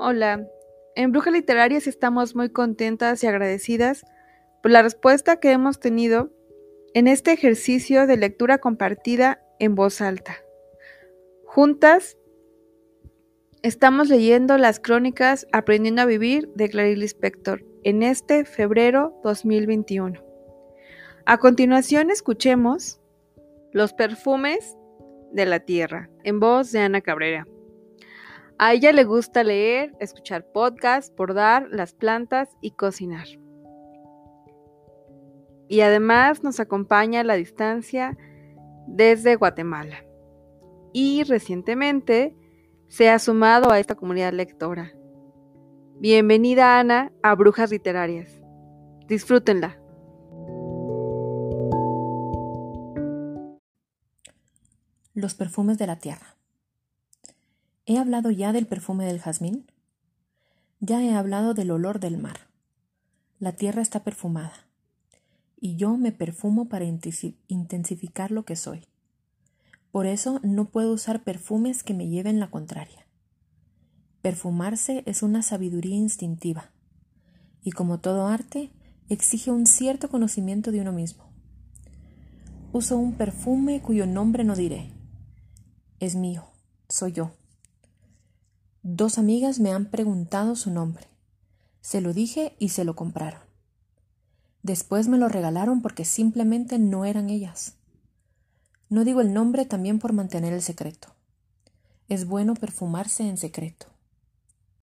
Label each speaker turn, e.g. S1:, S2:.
S1: Hola, en Brujas Literarias estamos muy contentas y agradecidas por la respuesta que hemos tenido en este ejercicio de lectura compartida en voz alta. Juntas estamos leyendo las crónicas Aprendiendo a Vivir de Clarice Lispector en este febrero 2021. A continuación escuchemos Los perfumes de la tierra en voz de Ana Cabrera. A ella le gusta leer, escuchar podcasts, bordar las plantas y cocinar. Y además nos acompaña a la distancia desde Guatemala. Y recientemente se ha sumado a esta comunidad lectora. Bienvenida, Ana, a Brujas Literarias. Disfrútenla.
S2: Los perfumes de la tierra. ¿He hablado ya del perfume del jazmín? Ya he hablado del olor del mar. La tierra está perfumada, y yo me perfumo para intensificar lo que soy. Por eso no puedo usar perfumes que me lleven la contraria. Perfumarse es una sabiduría instintiva, y como todo arte, exige un cierto conocimiento de uno mismo. Uso un perfume cuyo nombre no diré. Es mío, soy yo. 2 amigas me han preguntado su nombre. Se lo dije y se lo compraron. Después me lo regalaron porque simplemente no eran ellas. No digo el nombre también por mantener el secreto. Es bueno perfumarse en secreto.